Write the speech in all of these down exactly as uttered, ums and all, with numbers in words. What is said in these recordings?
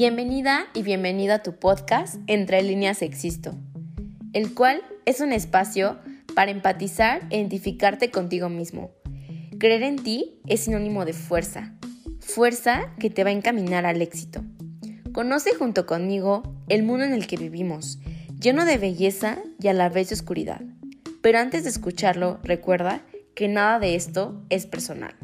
Bienvenida y bienvenido a tu podcast Entre Líneas Existo, el cual es un espacio para empatizar e identificarte contigo mismo. Creer en ti es sinónimo de fuerza, fuerza que te va a encaminar al éxito. Conoce junto conmigo el mundo en el que vivimos, lleno de belleza y a la vez de oscuridad. Pero antes de escucharlo, recuerda que nada de esto es personal.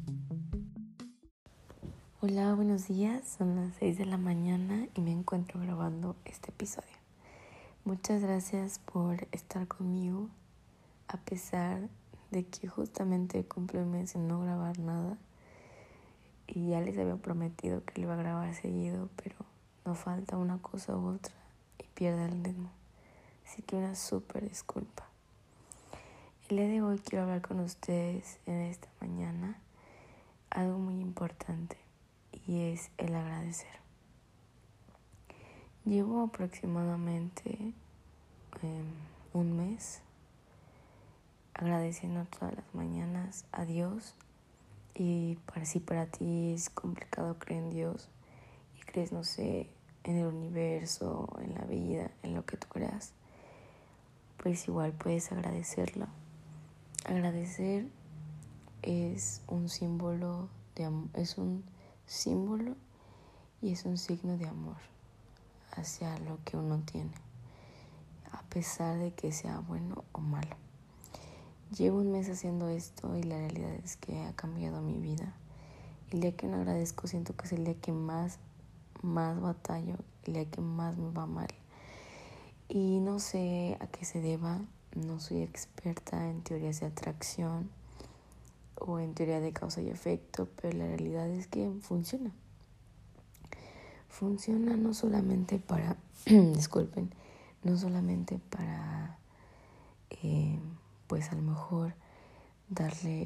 Hola, buenos días. Son las seis de la mañana y me encuentro grabando este episodio. Muchas gracias por estar conmigo, a pesar de que justamente cumplí un mes sin no grabar nada. Y ya les había prometido que lo iba a grabar seguido, pero no falta una cosa u otra y pierde el ritmo. Así que una súper disculpa. El día de hoy quiero hablar con ustedes en esta mañana algo muy importante. Y es el agradecer. Llevo aproximadamente eh, un mes agradeciendo todas las mañanas a Dios. Y para si para ti es complicado creer en Dios y crees, no sé, en el universo, en la vida, en lo que tú creas, pues igual puedes agradecerlo. Agradecer es un símbolo de amor, es un símbolo y es un signo de amor hacia lo que uno tiene, a pesar de que sea bueno o malo. Llevo un mes haciendo esto y la realidad es que ha cambiado mi vida. El día que no agradezco siento que es el día que más, más batallo, el día que más me va mal. Y no sé a qué se deba, no soy experta en teorías de atracción o en teoría de causa y efecto, pero la realidad es que funciona. Funciona no solamente para, disculpen, no solamente para, eh, pues a lo mejor darle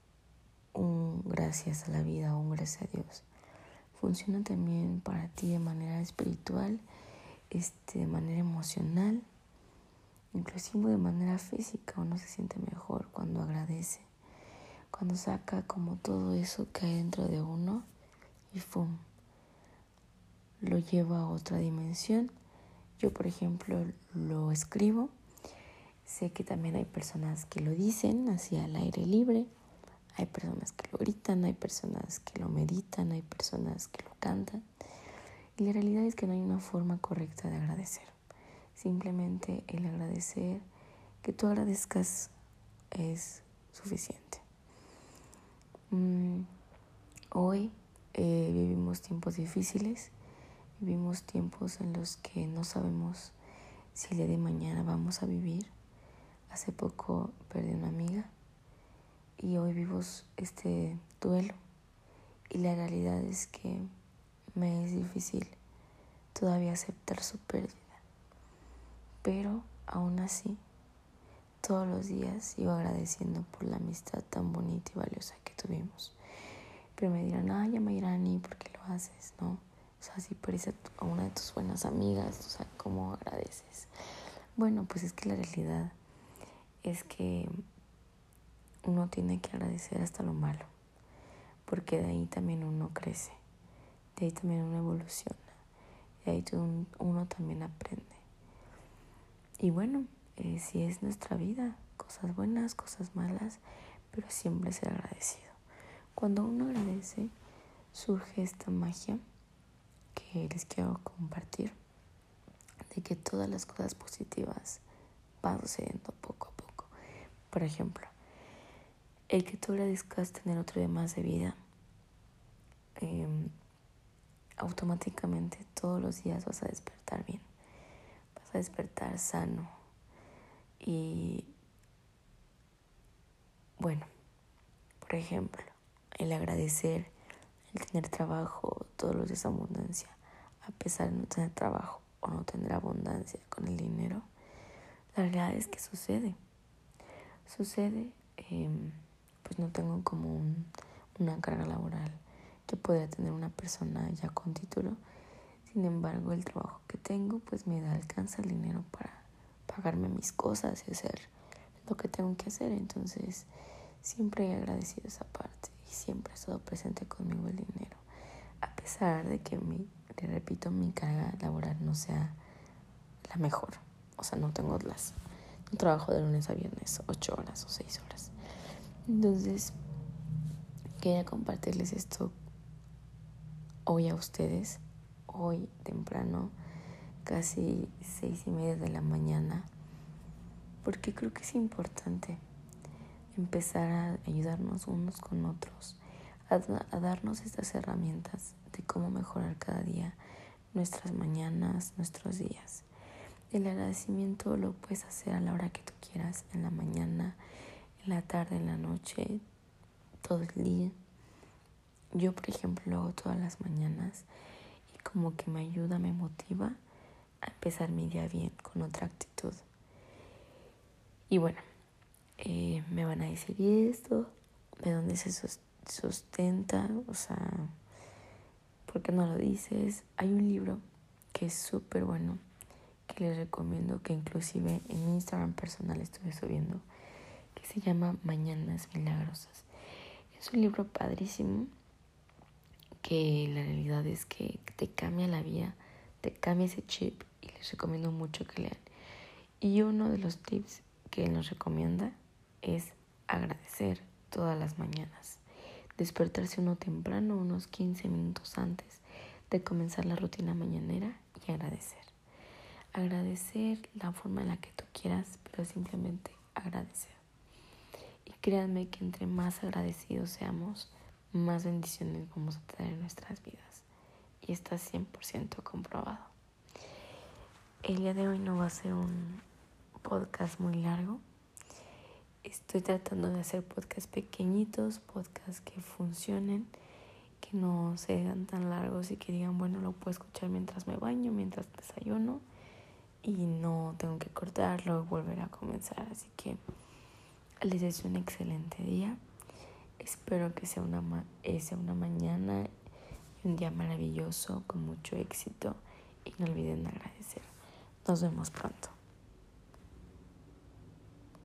un gracias a la vida o un gracias a Dios. Funciona también para ti de manera espiritual, este, de manera emocional, inclusive de manera física. Uno se siente mejor cuando agradece, cuando saca como todo eso que hay dentro de uno y ¡fum!, lo lleva a otra dimensión. Yo, por ejemplo, lo escribo. Sé que también hay personas que lo dicen así al aire libre. Hay personas que lo gritan, hay personas que lo meditan, hay personas que lo cantan. Y la realidad es que no hay una forma correcta de agradecer. Simplemente el agradecer, que tú agradezcas, es suficiente. Mm, hoy eh, vivimos tiempos difíciles. Vivimos tiempos en los que no sabemos si el día de mañana vamos a vivir. Hace poco perdí una amiga y hoy vivo este duelo. Y la realidad es que me es difícil todavía aceptar su pérdida. Pero aún así, todos los días sigo agradeciendo por la amistad tan bonita y valiosa que tuvimos. Pero me dirán, ay, Yamairani, ¿por qué lo haces? ¿No? O sea, si perdiste a una de tus buenas amigas, o sea, ¿cómo agradeces? Bueno, pues es que la realidad es que uno tiene que agradecer hasta lo malo, porque de ahí también uno crece, de ahí también uno evoluciona, de ahí uno también aprende. Y bueno, eh, si es nuestra vida, cosas buenas, cosas malas, pero siempre ser agradecido. Cuando uno agradece, surge esta magia que les quiero compartir, de que todas las cosas positivas van sucediendo poco a poco. Por ejemplo, el que tú agradezcas tener otro día más de vida, eh, automáticamente todos los días vas a despertar bien, vas a despertar sano. Y bueno, por ejemplo, el agradecer, el tener trabajo, todos los días abundancia, a pesar de no tener trabajo o no tener abundancia con el dinero, la realidad es que sucede. Sucede, eh, pues no tengo como un, una carga laboral que podría tener una persona ya con título. Sin embargo, el trabajo que tengo pues me da, alcanza el dinero para pagarme mis cosas y hacer lo que tengo que hacer. Entonces, siempre he agradecido esa parte y siempre ha estado presente conmigo el dinero. A pesar de que mi te repito, mi carga laboral no sea la mejor. O sea, no tengo las... No trabajo de lunes a viernes, ocho horas o seis horas. Entonces, quería compartirles esto hoy a ustedes, hoy temprano, casi seis y media de la mañana, porque creo que es importante empezar a ayudarnos unos con otros, a, a darnos estas herramientas de cómo mejorar cada día nuestras mañanas, nuestros días. El agradecimiento lo puedes hacer a la hora que tú quieras, en la mañana, en la tarde, en la noche, todo el día. Yo, por ejemplo, lo hago todas las mañanas y como que me ayuda, me motiva a empezar mi día bien, con otra actitud. Y bueno, eh, me van a decir, ¿y esto? ¿De dónde se sustenta? O sea, ¿por qué no lo dices? Hay un libro que es súper bueno, que les recomiendo, que inclusive en mi Instagram personal estuve subiendo, que se llama Mañanas Milagrosas. Es un libro padrísimo, que la realidad es que te cambia la vida, te cambia ese chip, y les recomiendo mucho que lean. Y uno de los tips que él nos recomienda es agradecer todas las mañanas. Despertarse uno temprano, unos quince minutos antes de comenzar la rutina mañanera, y agradecer. Agradecer la forma en la que tú quieras, pero simplemente agradecer. Y créanme que entre más agradecidos seamos, más bendiciones vamos a tener en nuestras vidas. Y está cien por ciento comprobado. El día de hoy no va a ser un podcast muy largo. Estoy tratando de hacer podcasts pequeñitos, podcasts que funcionen, que no sean tan largos y que digan, bueno, lo puedo escuchar mientras me baño, mientras desayuno, y no tengo que cortarlo y volver a comenzar. Así que les deseo un excelente día. Espero que sea una, ma- sea una mañana y un día maravilloso, con mucho éxito, y no olviden agradecer. Nos vemos pronto.